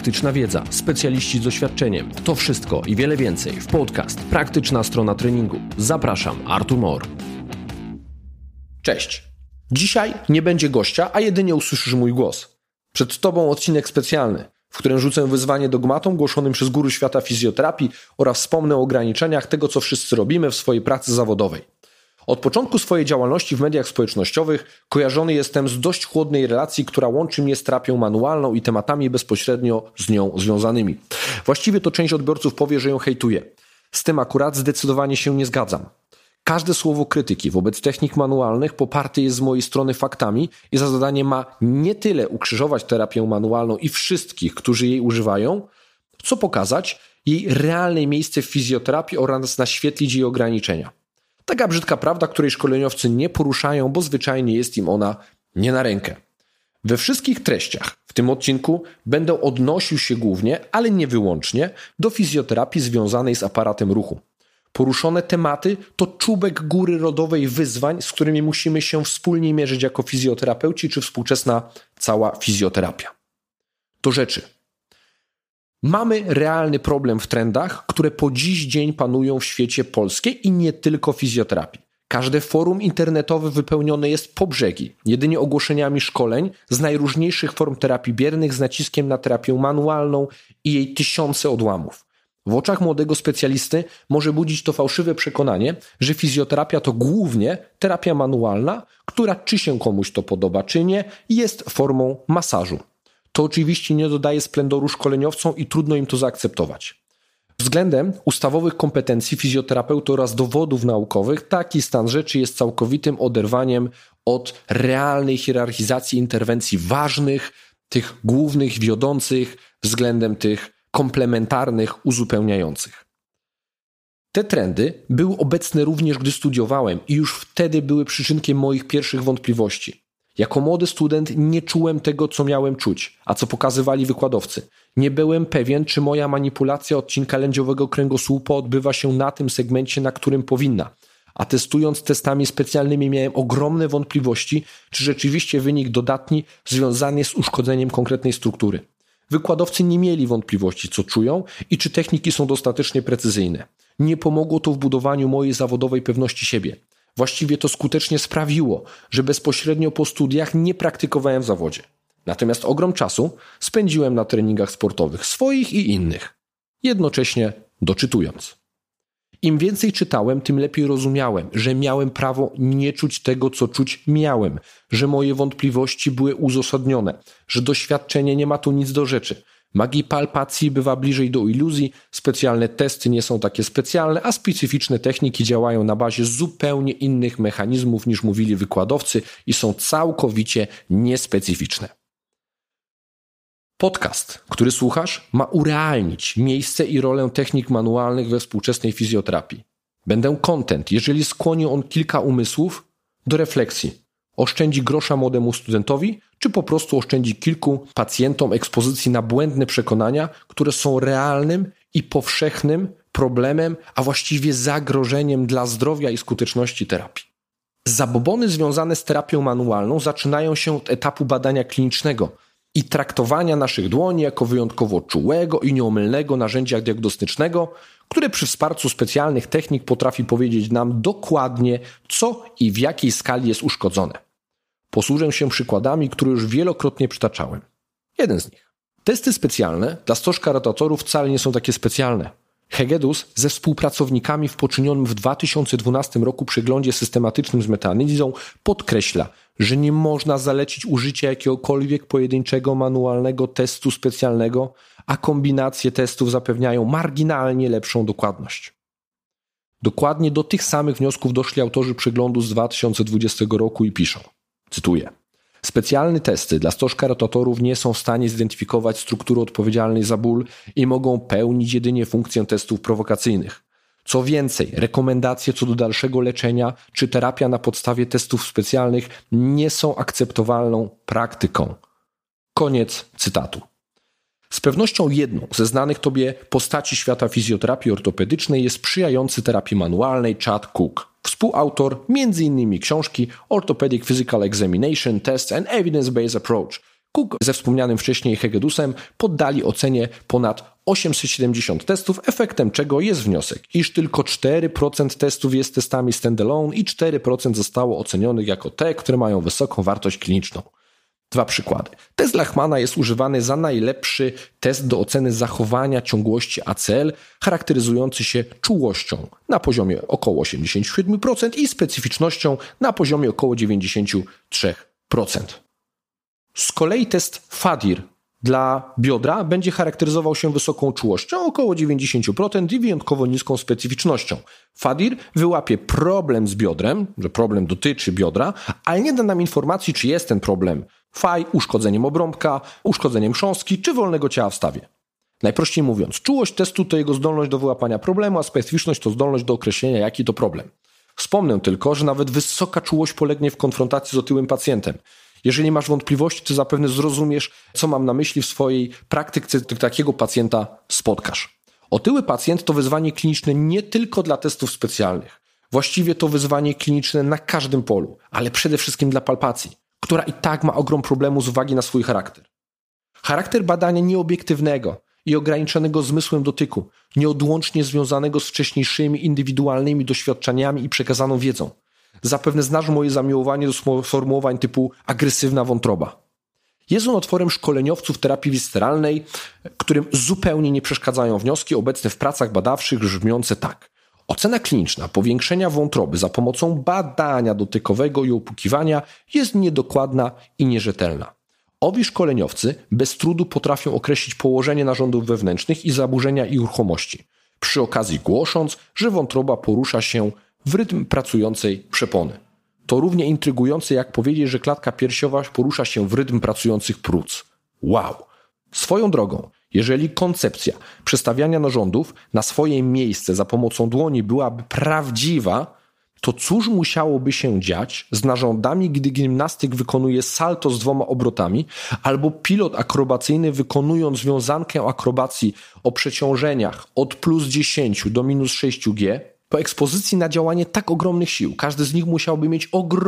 praktyczna wiedza, specjaliści z doświadczeniem. To wszystko i wiele więcej w podcast Praktyczna strona treningu. Zapraszam, Artur Mor. Cześć. Dzisiaj nie będzie gościa, a jedynie usłyszysz mój głos. Przed Tobą odcinek specjalny, w którym rzucę wyzwanie dogmatom głoszonym przez guru świata fizjoterapii oraz wspomnę o ograniczeniach tego, co wszyscy robimy w swojej pracy zawodowej. Od początku swojej działalności w mediach społecznościowych kojarzony jestem z dość chłodnej relacji, która łączy mnie z terapią manualną i tematami bezpośrednio z nią związanymi. Właściwie to część odbiorców powie, że ją hejtuje. Z tym akurat zdecydowanie się nie zgadzam. Każde słowo krytyki wobec technik manualnych poparte jest z mojej strony faktami i za zadanie ma nie tyle ukrzyżować terapię manualną i wszystkich, którzy jej używają, co pokazać jej realne miejsce w fizjoterapii oraz naświetlić jej ograniczenia. Taka brzydka prawda, której szkoleniowcy nie poruszają, bo zwyczajnie jest im ona nie na rękę. We wszystkich treściach w tym odcinku będę odnosił się głównie, ale nie wyłącznie, do fizjoterapii związanej z aparatem ruchu. Poruszone tematy to czubek góry lodowej wyzwań, z którymi musimy się wspólnie mierzyć jako fizjoterapeuci czy współczesna cała fizjoterapia. Do rzeczy. Mamy realny problem w trendach, które po dziś dzień panują w świecie polskiej i nie tylko fizjoterapii. Każde forum internetowe wypełnione jest po brzegi, jedynie ogłoszeniami szkoleń z najróżniejszych form terapii biernych z naciskiem na terapię manualną i jej tysiące odłamów. W oczach młodego specjalisty może budzić to fałszywe przekonanie, że fizjoterapia to głównie terapia manualna, która czy się komuś to podoba, czy nie, jest formą masażu. To oczywiście nie dodaje splendoru szkoleniowcom i trudno im to zaakceptować. Względem ustawowych kompetencji fizjoterapeuty oraz dowodów naukowych taki stan rzeczy jest całkowitym oderwaniem od realnej hierarchizacji interwencji ważnych, tych głównych, wiodących, względem tych komplementarnych, uzupełniających. Te trendy były obecne również, gdy studiowałem i już wtedy były przyczynkiem moich pierwszych wątpliwości. Jako młody student nie czułem tego, co miałem czuć, a co pokazywali wykładowcy. Nie byłem pewien, czy moja manipulacja odcinka lędźwiowego kręgosłupa odbywa się na tym segmencie, na którym powinna. A testując testami specjalnymi miałem ogromne wątpliwości, czy rzeczywiście wynik dodatni związany jest z uszkodzeniem konkretnej struktury. Wykładowcy nie mieli wątpliwości, co czują i czy techniki są dostatecznie precyzyjne. Nie pomogło to w budowaniu mojej zawodowej pewności siebie. Właściwie to skutecznie sprawiło, że bezpośrednio po studiach nie praktykowałem w zawodzie. Natomiast ogrom czasu spędziłem na treningach sportowych swoich i innych, jednocześnie doczytując. Im więcej czytałem, tym lepiej rozumiałem, że miałem prawo nie czuć tego, co czuć miałem, że moje wątpliwości były uzasadnione, że doświadczenie nie ma tu nic do rzeczy. Magii palpacji bywa bliżej do iluzji, specjalne testy nie są takie specjalne, a specyficzne techniki działają na bazie zupełnie innych mechanizmów niż mówili wykładowcy i są całkowicie niespecyficzne. Podcast, który słuchasz, ma urealnić miejsce i rolę technik manualnych we współczesnej fizjoterapii. Będę content, jeżeli skłoni on kilka umysłów do refleksji. Oszczędzi grosza młodemu studentowi, czy po prostu oszczędzi kilku pacjentom ekspozycji na błędne przekonania, które są realnym i powszechnym problemem, a właściwie zagrożeniem dla zdrowia i skuteczności terapii. Zabobony związane z terapią manualną zaczynają się od etapu badania klinicznego i traktowania naszych dłoni jako wyjątkowo czułego i nieomylnego narzędzia diagnostycznego, które przy wsparciu specjalnych technik potrafi powiedzieć nam dokładnie, co i w jakiej skali jest uszkodzone. Posłużę się przykładami, które już wielokrotnie przytaczałem. Jeden z nich. Testy specjalne dla stożka rotatorów wcale nie są takie specjalne. Hegedus ze współpracownikami w poczynionym w 2012 roku przeglądzie systematycznym z metanizą podkreśla, że nie można zalecić użycia jakiegokolwiek pojedynczego manualnego testu specjalnego, a kombinacje testów zapewniają marginalnie lepszą dokładność. Dokładnie do tych samych wniosków doszli autorzy przeglądu z 2020 roku i piszą, cytuję: specjalne testy dla stożka rotatorów nie są w stanie zidentyfikować struktury odpowiedzialnej za ból i mogą pełnić jedynie funkcję testów prowokacyjnych. Co więcej, rekomendacje co do dalszego leczenia czy terapia na podstawie testów specjalnych nie są akceptowalną praktyką. Koniec cytatu. Z pewnością jedną ze znanych Tobie postaci świata fizjoterapii ortopedycznej jest sprzyjający terapii manualnej Chad Cook, współautor m.in. książki Orthopedic Physical Examination, Tests and Evidence-Based Approach, Cook ze wspomnianym wcześniej Hegedusem poddali ocenie ponad 870 testów, efektem czego jest wniosek, iż tylko 4% testów jest testami standalone i 4% zostało ocenionych jako te, które mają wysoką wartość kliniczną. 2 przykłady. Test Lachmana jest używany za najlepszy test do oceny zachowania ciągłości ACL, charakteryzujący się czułością na poziomie około 87% i specyficznością na poziomie około 93%. Z kolei test FADIR dla biodra będzie charakteryzował się wysoką czułością, około 90% i wyjątkowo niską specyficznością. FADIR wyłapie problem z biodrem, że problem dotyczy biodra, ale nie da nam informacji, czy jest ten problem uszkodzeniem obrąbka, uszkodzeniem chrząstki czy wolnego ciała w stawie. Najprościej mówiąc, czułość testu to jego zdolność do wyłapania problemu, a specyficzność to zdolność do określenia, jaki to problem. Wspomnę tylko, że nawet wysoka czułość polegnie w konfrontacji z otyłym pacjentem. Jeżeli masz wątpliwości, to zapewne zrozumiesz, co mam na myśli w swojej praktyce, takiego pacjenta spotkasz. Otyły pacjent to wyzwanie kliniczne nie tylko dla testów specjalnych. Właściwie to wyzwanie kliniczne na każdym polu, ale przede wszystkim dla palpacji, która i tak ma ogrom problemu z uwagi na swój charakter. Charakter badania nieobiektywnego i ograniczonego zmysłem dotyku, nieodłącznie związanego z wcześniejszymi indywidualnymi doświadczeniami i przekazaną wiedzą. Zapewne znasz moje zamiłowanie do sformułowań typu agresywna wątroba. Jest on otworem szkoleniowców terapii wisceralnej, którym zupełnie nie przeszkadzają wnioski obecne w pracach badawczych brzmiące tak. Ocena kliniczna powiększenia wątroby za pomocą badania dotykowego i opłukiwania jest niedokładna i nierzetelna. Owi szkoleniowcy bez trudu potrafią określić położenie narządów wewnętrznych i zaburzenia ich ruchomości, przy okazji głosząc, że wątroba porusza się w rytm pracującej przepony. To równie intrygujące jak powiedzieć, że klatka piersiowa porusza się w rytm pracujących płuc. Wow! Swoją drogą, jeżeli koncepcja przestawiania narządów na swoje miejsce za pomocą dłoni byłaby prawdziwa, to cóż musiałoby się dziać z narządami, gdy gimnastyk wykonuje salto z 2 obrotami, albo pilot akrobacyjny wykonując wiązankę akrobacji o przeciążeniach od +10 do -6G, po ekspozycji na działanie tak ogromnych sił. Każdy z nich musiałby mieć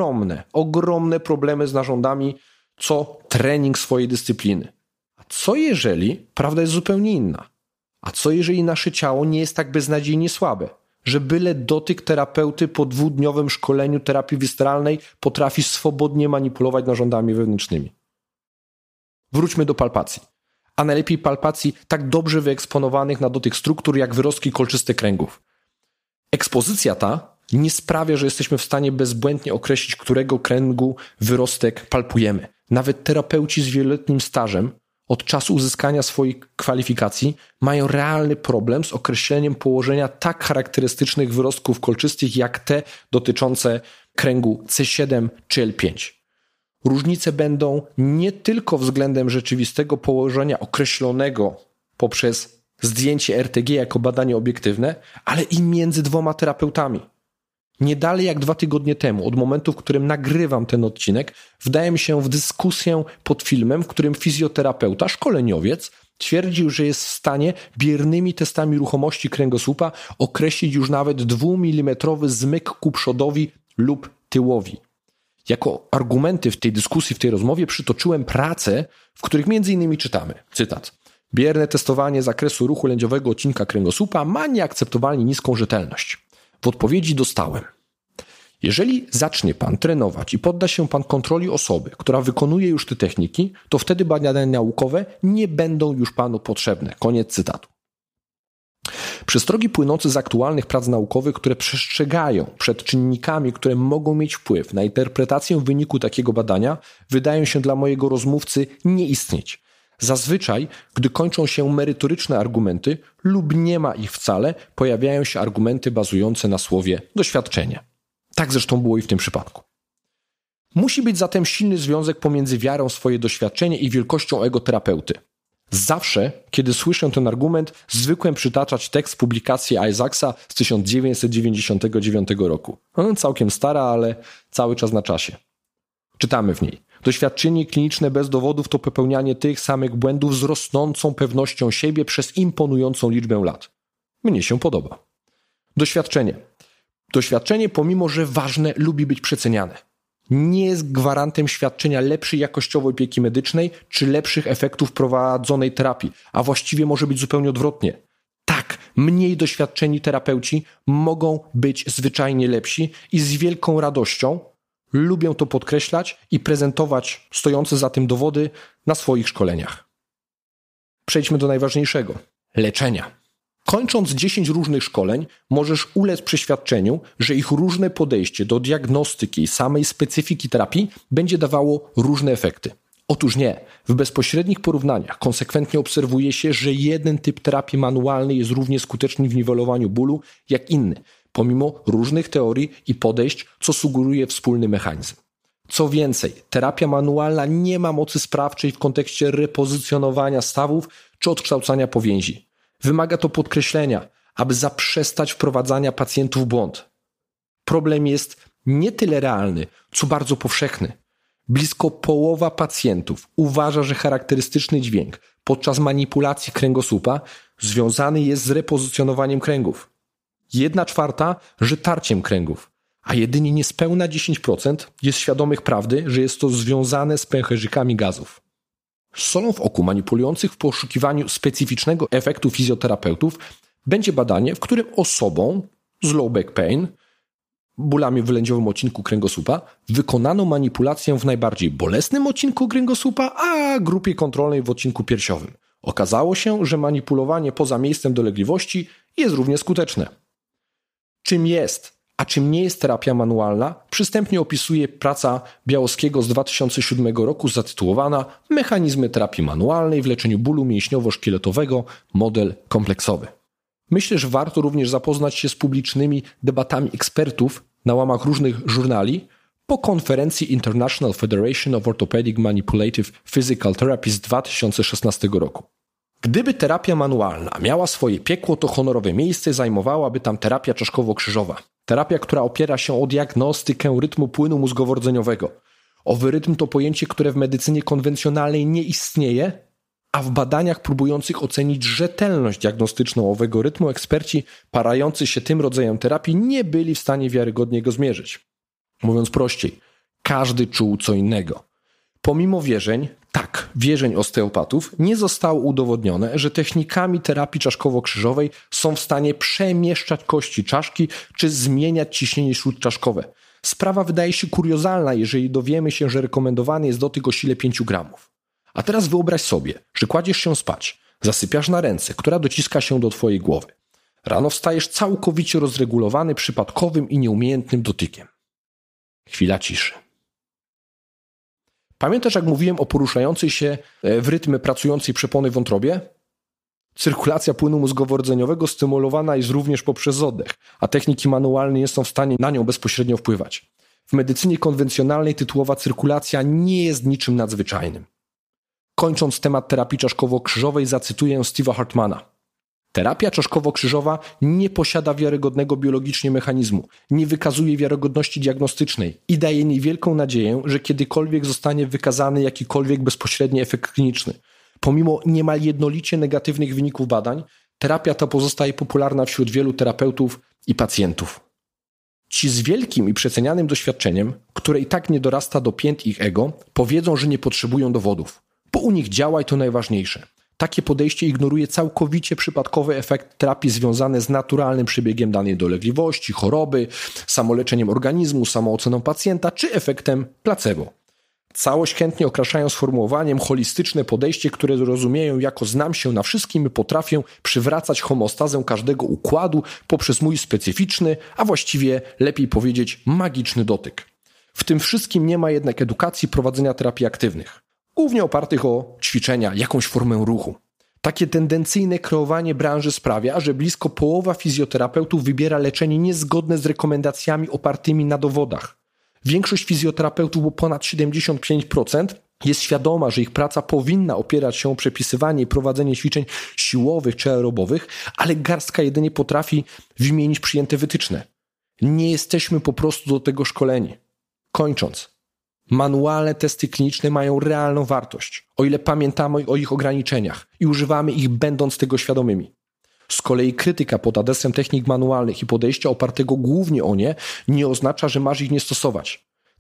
ogromne problemy z narządami, co trening swojej dyscypliny. A co jeżeli prawda jest zupełnie inna? A co jeżeli nasze ciało nie jest tak beznadziejnie słabe, że byle dotyk terapeuty po 2-dniowym szkoleniu terapii wisceralnej potrafi swobodnie manipulować narządami wewnętrznymi? Wróćmy do palpacji. A najlepiej palpacji tak dobrze wyeksponowanych na dotyk struktur jak wyrostki kolczyste kręgów. Ekspozycja ta nie sprawia, że jesteśmy w stanie bezbłędnie określić, którego kręgu wyrostek palpujemy. Nawet terapeuci z wieloletnim stażem od czasu uzyskania swojej kwalifikacji mają realny problem z określeniem położenia tak charakterystycznych wyrostków kolczystych jak te dotyczące kręgu C7 czy L5. Różnice będą nie tylko względem rzeczywistego położenia określonego poprzez zdjęcie RTG jako badanie obiektywne, ale i między 2 terapeutami. Nie dalej jak 2 tygodnie temu, od momentu, w którym nagrywam ten odcinek, wdałem się w dyskusję pod filmem, w którym fizjoterapeuta, szkoleniowiec, twierdził, że jest w stanie biernymi testami ruchomości kręgosłupa określić już nawet 2 mm zmyk ku przodowi lub tyłowi. Jako argumenty w tej dyskusji, w tej rozmowie przytoczyłem prace, w których m.in. czytamy, cytat: bierne testowanie zakresu ruchu lędźwiowego odcinka kręgosłupa ma nieakceptowalnie niską rzetelność. W odpowiedzi dostałem: jeżeli zacznie Pan trenować i podda się Pan kontroli osoby, która wykonuje już te techniki, to wtedy badania naukowe nie będą już Panu potrzebne. Koniec cytatu. Przestrogi płynące z aktualnych prac naukowych, które przestrzegają przed czynnikami, które mogą mieć wpływ na interpretację wyniku takiego badania, wydają się dla mojego rozmówcy nie istnieć. Zazwyczaj, gdy kończą się merytoryczne argumenty lub nie ma ich wcale, pojawiają się argumenty bazujące na słowie doświadczenie. Tak zresztą było i w tym przypadku. Musi być zatem silny związek pomiędzy wiarą w swoje doświadczenie i wielkością ego terapeuty. Zawsze, kiedy słyszę ten argument, zwykłem przytaczać tekst publikacji Isaacsa z 1999 roku. Całkiem stara, ale cały czas na czasie. Czytamy w niej: doświadczenie kliniczne bez dowodów to popełnianie tych samych błędów z rosnącą pewnością siebie przez imponującą liczbę lat. Mnie się podoba. Doświadczenie, pomimo że ważne, lubi być przeceniane. nie jest gwarantem świadczenia lepszej jakościowo opieki medycznej czy lepszych efektów prowadzonej terapii, a właściwie może być zupełnie odwrotnie. Tak, mniej doświadczeni terapeuci mogą być zwyczajnie lepsi i z wielką radością lubią to podkreślać i prezentować stojące za tym dowody na swoich szkoleniach. Przejdźmy do najważniejszego – leczenia. Kończąc 10 różnych szkoleń, możesz ulec przeświadczeniu, że ich różne podejście do diagnostyki i samej specyfiki terapii będzie dawało różne efekty. Otóż nie. W bezpośrednich porównaniach konsekwentnie obserwuje się, że jeden typ terapii manualnej jest równie skuteczny w niwelowaniu bólu jak inny, pomimo różnych teorii i podejść, co sugeruje wspólny mechanizm. Co więcej, terapia manualna nie ma mocy sprawczej w kontekście repozycjonowania stawów czy odkształcania powięzi. Wymaga to podkreślenia, aby zaprzestać wprowadzania pacjentów w błąd. Problem jest nie tyle realny, co bardzo powszechny. Blisko połowa pacjentów uważa, że charakterystyczny dźwięk podczas manipulacji kręgosłupa związany jest z repozycjonowaniem kręgów. 1/4, że tarciem kręgów, a jedynie niespełna 10% jest świadomych prawdy, że jest to związane z pęcherzykami gazów. Solą w oku manipulujących w poszukiwaniu specyficznego efektu fizjoterapeutów będzie badanie, w którym osobom z low back pain, bólami w lędźwiowym odcinku kręgosłupa, wykonano manipulację w najbardziej bolesnym odcinku kręgosłupa, a grupie kontrolnej w odcinku piersiowym. Okazało się, że manipulowanie poza miejscem dolegliwości jest równie skuteczne. Czym jest, a czym nie jest terapia manualna, przystępnie opisuje praca Białowskiego z 2007 roku zatytułowana Mechanizmy terapii manualnej w leczeniu bólu mięśniowo-szkieletowego, model kompleksowy. Myślę, że warto również zapoznać się z publicznymi debatami ekspertów na łamach różnych żurnali po konferencji International Federation of Orthopedic Manipulative Physical Therapy z 2016 roku. Gdyby terapia manualna miała swoje piekło, to honorowe miejsce zajmowałaby tam terapia czaszkowo-krzyżowa. Terapia, która opiera się o diagnostykę rytmu płynu mózgowo-rdzeniowego. Owy rytm to pojęcie, które w medycynie konwencjonalnej nie istnieje, a w badaniach próbujących ocenić rzetelność diagnostyczną owego rytmu eksperci parający się tym rodzajem terapii nie byli w stanie wiarygodnie go zmierzyć. Mówiąc prościej, każdy czuł co innego. Pomimo wierzeń osteopatów, nie zostało udowodnione, że technikami terapii czaszkowo-krzyżowej są w stanie przemieszczać kości czaszki czy zmieniać ciśnienie śródczaszkowe. Sprawa wydaje się kuriozalna, jeżeli dowiemy się, że rekomendowany jest dotyk o sile 5 gramów. A teraz wyobraź sobie, że kładziesz się spać, zasypiasz na ręce, która dociska się do twojej głowy. Rano wstajesz całkowicie rozregulowany przypadkowym i nieumiejętnym dotykiem. Chwila ciszy. Pamiętasz, jak mówiłem o poruszającej się w rytmie pracującej przepony w wątrobie? Cyrkulacja płynu mózgowo-rdzeniowego stymulowana jest również poprzez oddech, a techniki manualne nie są w stanie na nią bezpośrednio wpływać. W medycynie konwencjonalnej tytułowa cyrkulacja nie jest niczym nadzwyczajnym. Kończąc temat terapii czaszkowo-krzyżowej, zacytuję Steve'a Hartmana. Terapia czaszkowo-krzyżowa nie posiada wiarygodnego biologicznie mechanizmu, nie wykazuje wiarygodności diagnostycznej i daje niewielką nadzieję, że kiedykolwiek zostanie wykazany jakikolwiek bezpośredni efekt kliniczny. Pomimo niemal jednolicie negatywnych wyników badań, terapia ta pozostaje popularna wśród wielu terapeutów i pacjentów. Ci z wielkim i przecenianym doświadczeniem, które i tak nie dorasta do pięt ich ego, powiedzą, że nie potrzebują dowodów, bo u nich działa i to najważniejsze. Takie podejście ignoruje całkowicie przypadkowy efekt terapii związany z naturalnym przebiegiem danej dolegliwości, choroby, samoleczeniem organizmu, samooceną pacjenta czy efektem placebo. Całość chętnie okraszają sformułowaniem holistyczne podejście, które rozumieją jako znam się na wszystkim i potrafię przywracać homeostazę każdego układu poprzez mój specyficzny, a właściwie lepiej powiedzieć magiczny dotyk. W tym wszystkim nie ma jednak edukacji prowadzenia terapii aktywnych, głównie opartych o ćwiczenia, jakąś formę ruchu. Takie tendencyjne kreowanie branży sprawia, że blisko połowa fizjoterapeutów wybiera leczenie niezgodne z rekomendacjami opartymi na dowodach. Większość fizjoterapeutów, bo ponad 75%, jest świadoma, że ich praca powinna opierać się o przepisywanie i prowadzenie ćwiczeń siłowych czy aerobowych, ale garstka jedynie potrafi wymienić przyjęte wytyczne. Nie jesteśmy po prostu do tego szkoleni. Kończąc, manualne testy kliniczne mają realną wartość, o ile pamiętamy o ich ograniczeniach i używamy ich będąc tego świadomymi. Z kolei krytyka pod adresem technik manualnych i podejścia opartego głównie o nie oznacza, że masz ich nie stosować.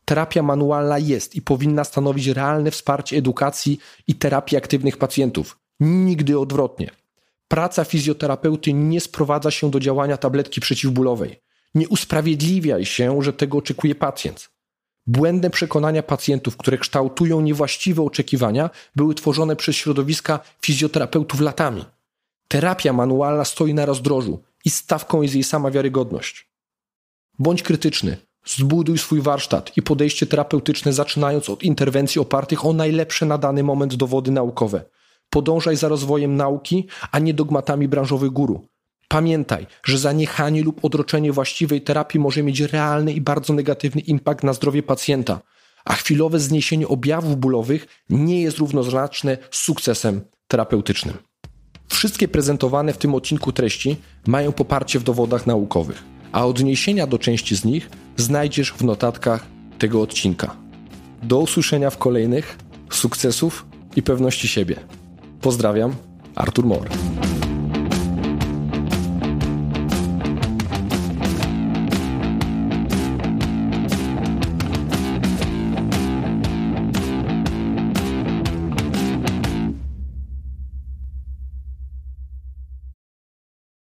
Terapia manualna jest i powinna stanowić realne wsparcie edukacji i terapii aktywnych pacjentów. Nigdy odwrotnie. Praca fizjoterapeuty nie sprowadza się do działania tabletki przeciwbólowej. Nie usprawiedliwiaj się, że tego oczekuje pacjent. Błędne przekonania pacjentów, które kształtują niewłaściwe oczekiwania, były tworzone przez środowiska fizjoterapeutów latami. Terapia manualna stoi na rozdrożu i stawką jest jej sama wiarygodność. Bądź krytyczny, zbuduj swój warsztat i podejście terapeutyczne, zaczynając od interwencji opartych o najlepsze na dany moment dowody naukowe. Podążaj za rozwojem nauki, a nie dogmatami branżowych guru. Pamiętaj, że zaniechanie lub odroczenie właściwej terapii może mieć realny i bardzo negatywny impact na zdrowie pacjenta, a chwilowe zniesienie objawów bólowych nie jest równoznaczne z sukcesem terapeutycznym. Wszystkie prezentowane w tym odcinku treści mają poparcie w dowodach naukowych, a odniesienia do części z nich znajdziesz w notatkach tego odcinka. Do usłyszenia w kolejnych. Sukcesów i pewności siebie. Pozdrawiam, Artur Mor.